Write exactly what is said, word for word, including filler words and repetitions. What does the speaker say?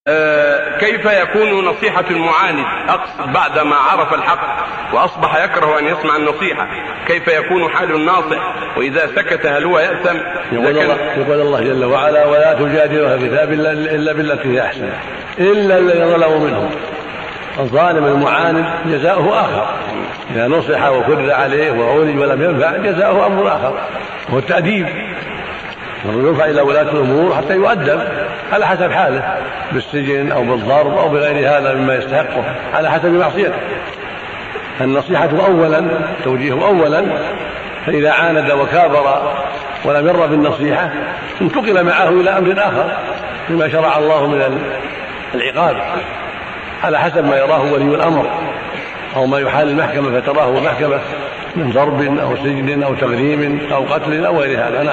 آه كيف يكون نصيحة المعاند أقصد بعدما عرف الحق وأصبح يكره أن يسمع النصيحة، كيف يكون حال الناصح؟ وإذا سكت هل هو يأثم؟ يقول الله, يقول الله جل وعلا: ولا تجادلوا في كتاب الله إلا بالتي هي أحسن إلا الذين ظلموا منهم. الظالم المعاند جزاؤه آخر، إذا نصح وكر عليه وعولج ولم ينفع جزاؤه أمر آخر، وهو التأديب. يرفع إلى ولاة الأمور حتى يؤدب على حسب حاله، بالسجن أو بالضرب أو بغير هذا مما يستحقه على حسب معصيته. النصيحة أولا، توجيه أولا، فإذا عاند وكابر ولم يرضى بالنصيحة انتقل معه إلى أمر آخر مما شرع الله من العقاب على حسب ما يراه ولي الأمر أو ما يحال المحكمة فتراه المحكمة من ضرب أو سجن أو تغريم أو قتل أو غير هذا.